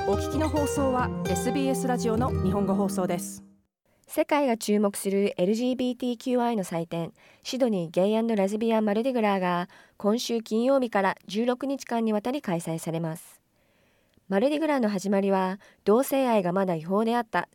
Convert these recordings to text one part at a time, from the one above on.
お聞きの放送は SBS ラジオの日本語放送です。 世界が注目する LGBTQI の祭典、シドニーゲイ&レズビアンマルディグラーが今週金曜日から16日間にわたり開催されます。マルディグラーの始まりは同性愛がまだ違法であった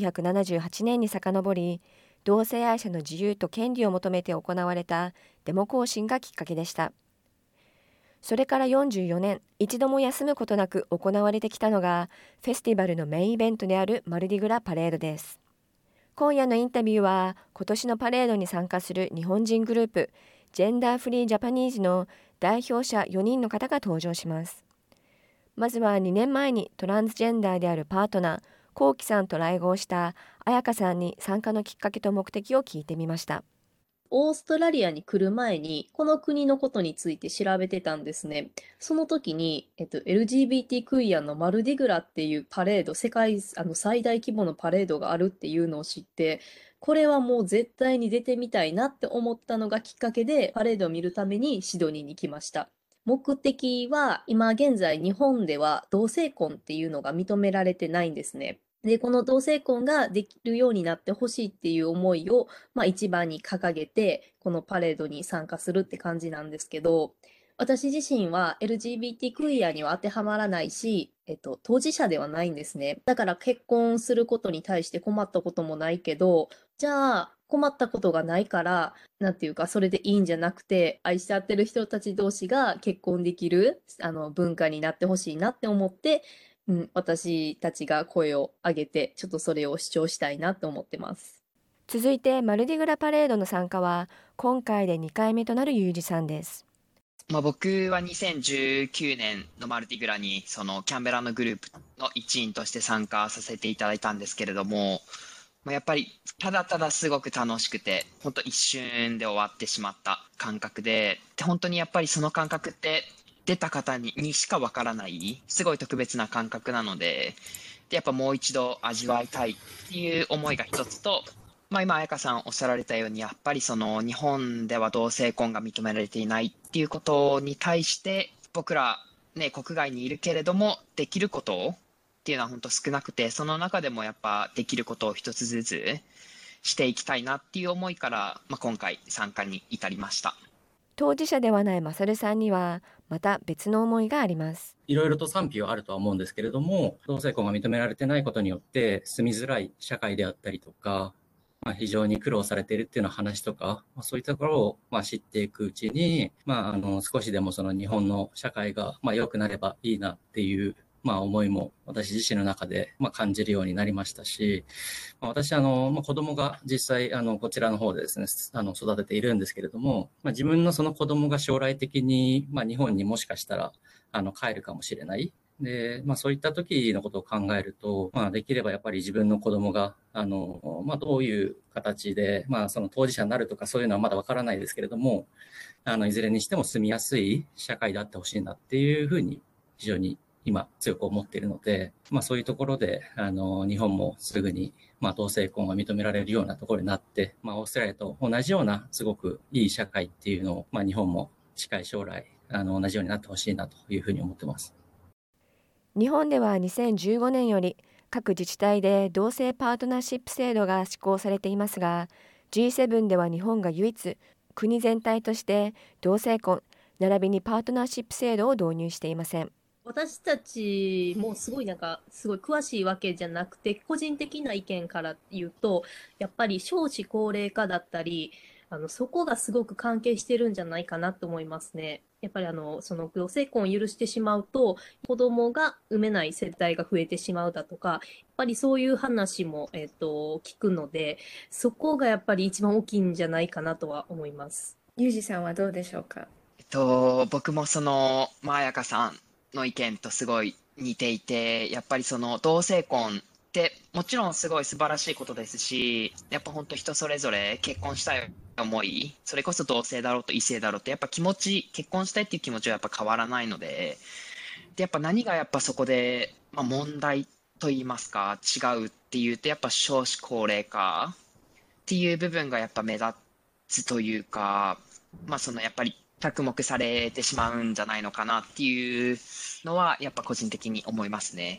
1978年に遡り、同性愛者の自由と権利を求めて行われたデモ行進がきっかけでした。それから44年、一度も休むことなく行われてきたのがフェスティバルのメインイベントであるマルディグラパレードです。今夜のインタビューは今年のパレードに参加する日本人グループジェンダーフリージャパニーズの代表者4人の方が登場します。まずは2年前にトランスジェンダーであるパートナーコウキさんと来合した彩香さんに参加のきっかけと目的を聞いてみました。 オーストラリアに来る前に、この国のことについて調べてたんですね。その時に、LGBT クイアのマルディグラっていうパレード、世界、最大規模のパレードがあるっていうのを知って、これはもう絶対に出てみたいなって思ったのがきっかけで、パレードを見るためにシドニーに来ました。目的は、今現在日本では同性婚っていうのが認められてないんですね。で、この同性婚ができるようになってほしいっていう思いを、一番に掲げて、このパレードに参加するって感じなんですけど、私自身は LGBT クイアには当てはまらないし、当事者ではないんですね。だから結婚することに対して困ったこともないけど、じゃあ困ったことがないから、なんていうか、それでいいんじゃなくて、愛し合ってる人たち同士が結婚できる、文化になってほしいなって思って、私たちが声を上げて、ちょっとそれを主張したいなと思ってます。 続いてマルディグラパレードの参加は今回で2回目となるユージさんです。 僕は2019年のマルディグラにそのキャンベラのグループの一員として参加させていただいたんですけれども、やっぱりただただすごく楽しくて、本当一瞬で終わってしまった感覚で、本当にやっぱりその感覚って出た方にしかわからない、すごい特別な感覚なので、やっぱもう一度味わいたいっていう思いが一つと、今、彩香さんおっしゃられたように、やっぱりその日本では同性婚が認められていないっていうことに対して、僕らね、国外にいるけれども、できることっていうのは本当少なくて、その中でもやっぱできることを一つずつしていきたいなっていう思いから、今回参加に至りました。 当事者ではないマサルさんにはまた別の思いがあります。 いろいろと賛否はあるとは思うんですけれども、同性婚が認められてないことによって住みづらい社会であったりとか、非常に苦労されているっていうような話とか、そういったところを知っていくうちに、少しでもその日本の社会が良くなればいいなっていう思いも私自身の中で感じるようになりましたし、私子供が実際こちらの方でですね育てているんですけれども、自分のその子供が将来的に日本にもしかしたら帰るかもしれない。で、そういった時のことを考えると、できればやっぱり自分の子供がどういう形でその当事者になるとかそういうのはまだわからないですけれども、いずれにしても住みやすい社会であってほしいなっていうふうに非常に今強く思っているので、そういうところで日本もすぐに同性婚が認められるようなところになって、オーストラリアと同じようなすごくいい社会っていうのを、日本も近い将来同じようになってほしいなというふうに思ってます。 日本では2015年より各自治体で同性パートナーシップ制度が施行されていますが、G7 では日本が唯一国全体として同性婚並びにパートナーシップ制度を導入していません。 私たちもすごい詳しいわけじゃなくて、個人的な意見から言うと、やっぱり少子高齢化だったり、そこがすごく関係してるんじゃないかなと思いますね。やっぱりその同性婚を許してしまうと、子供が産めない世代が増えてしまうだとか、やっぱりそういう話も、聞くので、そこがやっぱり一番大きいんじゃないかなとは思います。 ゆうじさんはどうでしょうか？ 僕も彩香さんの意見とすごい似ていて、やっぱりその同性婚ってもちろんすごい素晴らしいことですし、やっぱ本当人それぞれ結婚したい思い、それこそ同性だろうと異性だろうってやっぱ気持ち、結婚したいっていう気持ちはやっぱ変わらないので、やっぱ何がやっぱそこで、問題と言いますか違うっていうとやっぱ少子高齢化っていう部分がやっぱ目立つというか、やっぱり着目されてしまうんじゃないのかなっていうのはやっぱ個人的に思いますね。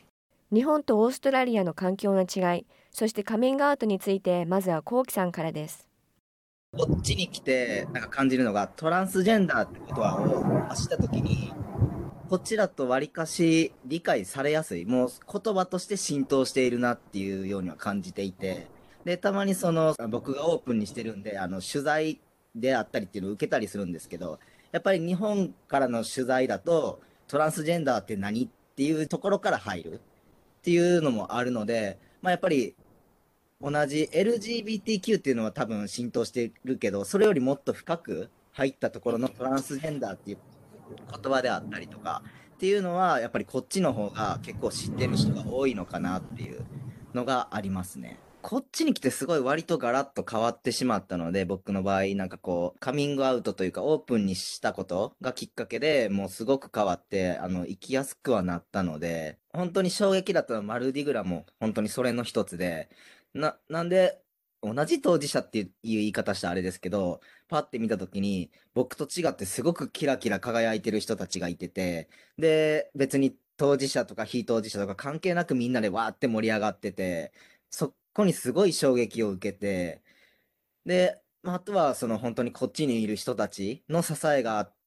日本とオーストラリアの環境の違い、そしてカミングアウトについて、まずはコウキさんからです。 こっちに来てなんか感じるのが、トランスジェンダーって言葉を発したときに、こっちだとわりかし理解されやすい、もう言葉として浸透しているなっていうようには感じていて、で、たまに僕がオープンにしてるんで、取材であったりっていうのを受けたりするんですけど、やっぱり日本からの取材だと、トランスジェンダーって何っていうところから入るっていうのもあるので、まあやっぱり同じ LGBTQ っていうのは多分浸透してるけど、それよりもっと深く入ったところのトランスジェンダーっていう言葉であったりとかっていうのは、やっぱりこっちの方が結構知ってる人が多いのかなっていうのがありますね。こっちに来てすごい割とガラッと変わってしまったので、僕の場合なんかこうカミングアウトというかオープンにしたことがきっかけでもうすごく変わって、生きやすくはなったので、本当に衝撃だったのはマルディグラも本当にそれの一つで、なんで同じ当事者っていう言い方したらあれですけど、パッて見た時に僕と違ってすごくキラキラ輝いてる人たちがいてて、で別に当事者とか非当事者とか関係なくみんなでわーって盛り上がってて、そこにすごい衝撃を受けて、で、まあ、あとは本当にこっちにいる人たちの支えがあって、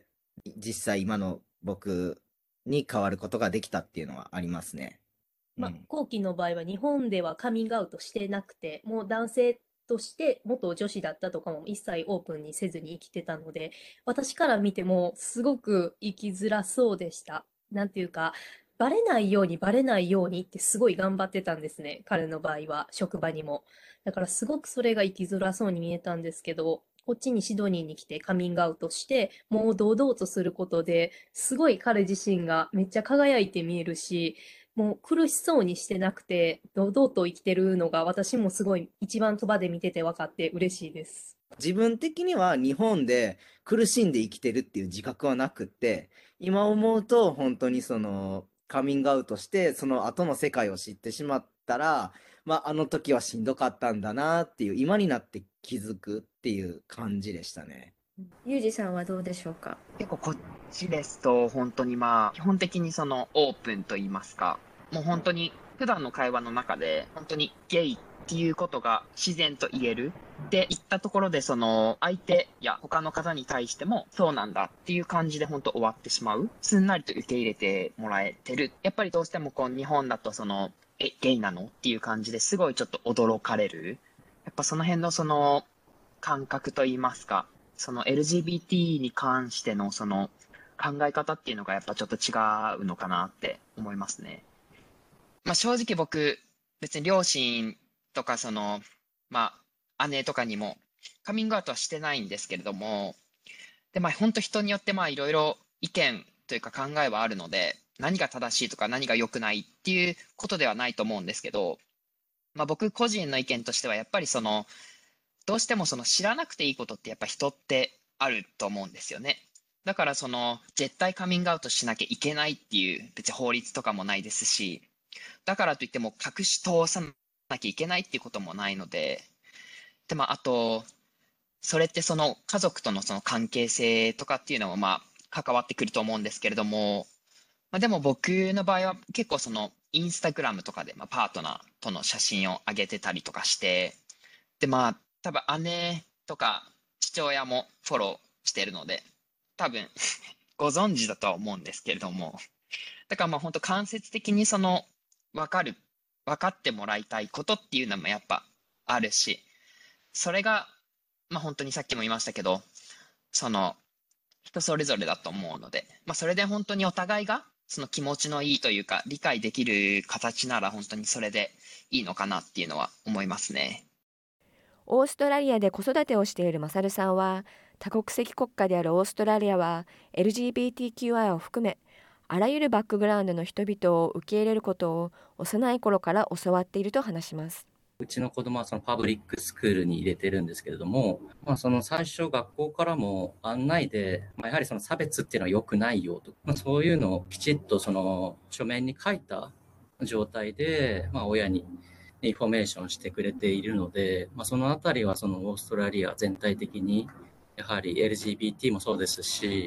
実際今の僕に変わることができたっていうのはありますね。 後期の場合は日本ではカミングアウトしてなくて、もう男性として元女子だったとかも一切オープンにせずに生きてたので、私から見てもすごく生きづらそうでした。なんていうか、バレないようにバレないようにってすごい頑張ってたんですね。彼の場合は、職場にも。だからすごくそれが生きづらそうに見えたんですけど、こっちにシドニーに来てカミングアウトして、もう堂々とすることで、すごい彼自身がめっちゃ輝いて見えるし、もう苦しそうにしてなくて、堂々と生きてるのが私もすごい一番そばで見てて分かって嬉しいです。 自分的には日本で苦しんで生きてるっていう自覚はなくって、今思うと本当にカミングアウトしてその後の世界を知ってしまったら、まあ、あの時はしんどかったんだなっていう今になって気づくっていう感じでしたね。 ユージさんはどうでしょうか？ 結構こっちですと、本当に基本的にオープンと言いますか、もう本当に普段の会話の中で、本当にゲイっていうことが自然と言えるって言ったところで、相手や他の方に対しても、そうなんだっていう感じで本当終わってしまう。すんなりと受け入れてもらえてる。やっぱりどうしても日本だとゲイなのっていう感じですごいちょっと驚かれる。やっぱその辺の感覚と言いますか、LGBT に関しての考え方っていうのがやっぱちょっと違うのかなって思いますね。まあ正直僕、別に両親とか姉とかにもカミングアウトはしてないんですけれども、で本当人によっていろいろ意見というか考えはあるので、何が正しいとか何が良くないっていうことではないと思うんですけど、僕個人の意見としてはやっぱりどうしても知らなくていいことってやっぱ人ってあると思うんですよね。だから絶対カミングアウトしなきゃいけないっていう別に法律とかもないですし、だからといっても隠し通さなきゃいけないっていうこともないので、であと、それって家族との関係性とかっていうのも関わってくると思うんですけれども、でも僕の場合は結構インスタグラムとかでパートナーとの写真を上げてたりとかして、で多分姉とか父親もフォローしてるので、多分ご存知だとは思うんですけれども、だから本当間接的に分かってもらいたいことっていうのもやっぱあるし、それが本当にさっきも言いましたけど、人それぞれだと思うので、それで本当にお互いが気持ちのいいというか理解できる形なら本当にそれでいいのかなっていうのは思いますね。 オーストラリアで子育てをしているマサルさんは、多国籍国家であるオーストラリアは LGBTQI を含めあらゆるバックグラウンドの人々を受け入れることを幼い頃から教わっていると話します。 うちの子供はパブリックスクールに入れてるんですけれども、最初学校からも案内で、やはり差別っていうのは良くないよと、そういうのをきちっと書面に書いた状態で、親にインフォメーションしてくれているので、そのあたりはオーストラリア全体的にやはり LGBT もそうですし、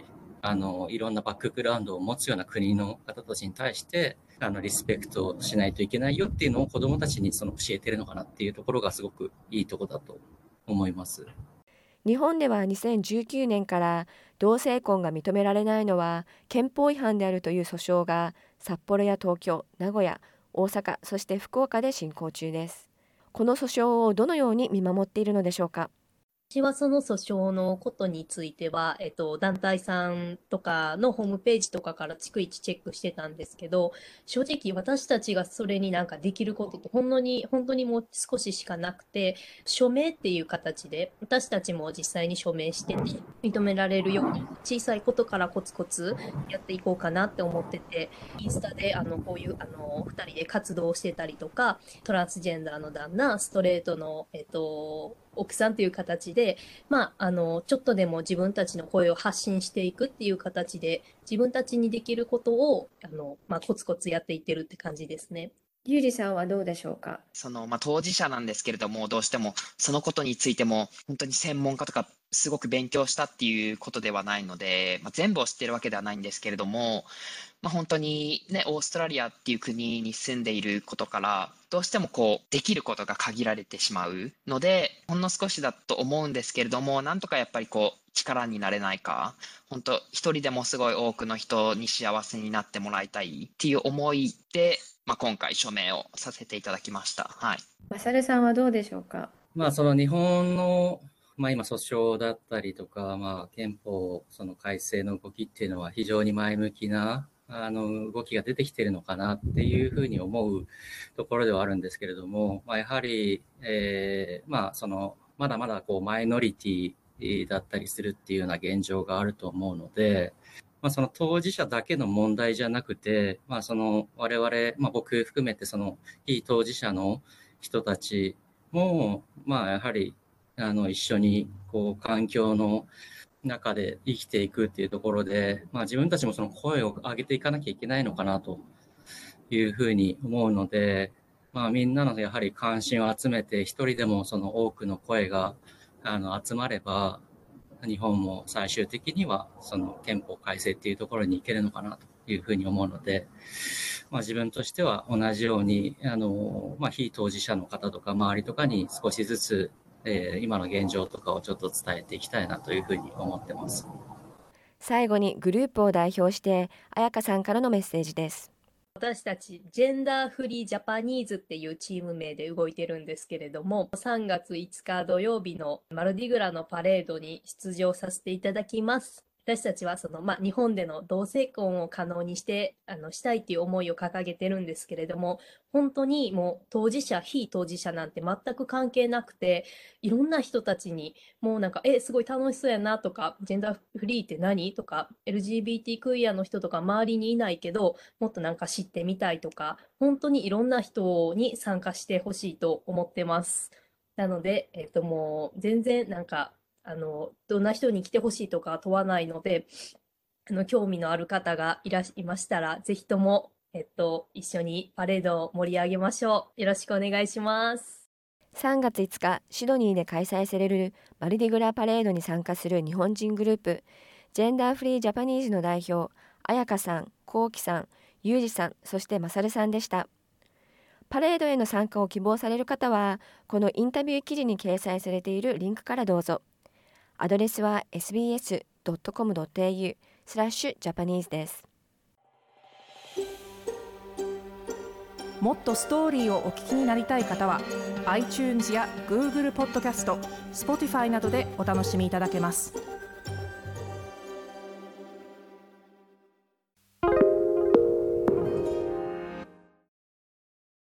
いろんなバックグラウンドを持つような国の方たちに対して、リスペクトしないといけないよっていうのを子どもたちに教えてるのかなっていうところがすごくいいところだと思います。 日本では2019年から同性婚が認められないのは憲法違反であるという訴訟が札幌や東京、名古屋、大阪、そして福岡で進行中です。この訴訟をどのように見守っているのでしょうか。 私はその訴訟のことについては、団体さんとかのホームページとかから逐一チェックしてたんですけど、正直私たちがそれになんかできることって本当にもう少ししかなくて、署名っていう形で、私たちも実際に署名して認められるように、小さいことからコツコツやっていこうかなって思ってて、インスタでこういう2人で活動してたりとか、トランスジェンダーの旦那、ストレートの、奥さんという形で、ちょっとでも自分たちの声を発信していくっていう形で、自分たちにできることを、コツコツやっていってるって感じですね。 ゆうじさんはどうでしょうか。 当事者なんですけれども、どうしてもそのことについても本当に専門家とかすごく勉強したっていうことではないので、全部を知ってるわけではないんですけれども、本当にね、オーストラリアっていう国に住んでいることから、どうしてもできることが限られてしまうので、ほんの少しだと思うんですけれども、なんとかやっぱり力になれないか、本当一人でもすごい多くの人に幸せになってもらいたいっていう思いで、今回署名をさせていただきました。はい。 まさるさんはどうでしょうか。 その日本の今訴訟だったりとか、憲法改正の動きっていうのは非常に前向きな動きが出てきているのかなっていうふうに思うところではあるんですけれども、やはり、まだまだマイノリティだったりするっていうような現状があると思うので、その当事者だけの問題じゃなくて、我々、僕含めて非当事者の人たちも、やはり一緒に環境の中で生きていくっていうところで、自分たちもその声を上げていかなきゃいけないのかなというふうに思うので、みんなのやはり関心を集めて一人でも多くの声が集まれば、日本も最終的には憲法改正っていうところに行けるのかなというふうに思うので、自分としては同じように非当事者の方とか周りとかに少しずつ今の現状とかをちょっと伝えていきたいなというふうに思ってます。 最後にグループを代表して彩香さんからのメッセージです。 私たちジェンダーフリージャパニーズっていうチーム名で動いてるんですけれども、3月5日土曜日のマルディグラのパレードに出場させていただきます。私たちは日本での同性婚を可能にしてしたいっていう思いを掲げてるんですけれども、本当にもう当事者、非当事者なんて全く関係なくて、いろんな人たちにもうすごい楽しそうやなとか、ジェンダーフリーって何とか、LGBT クイアの人とか周りにいないけど、もっと知ってみたいとか、本当にいろんな人に参加してほしいと思ってます。なので、もう全然どんな人に来てほしいとか問わないので、興味のある方がいましたら、ぜひとも、一緒にパレードを盛り上げましょう。よろしくお願いします。 3月5日、シドニーで開催されるマルディグラパレードに参加する日本人グループ、ジェンダーフリージャパニーズの代表、彩香さん、こうきさん、ゆうじさん、そしてまさるさんでした。パレードへの参加を希望される方は、このインタビュー記事に掲載されているリンクからどうぞ。アドレスは sbs.com.au/Japanese です。 もっとストーリーをお聞きになりたい方は iTunes や Google ポッドキャスト、Spotify などでお楽しみいただけます。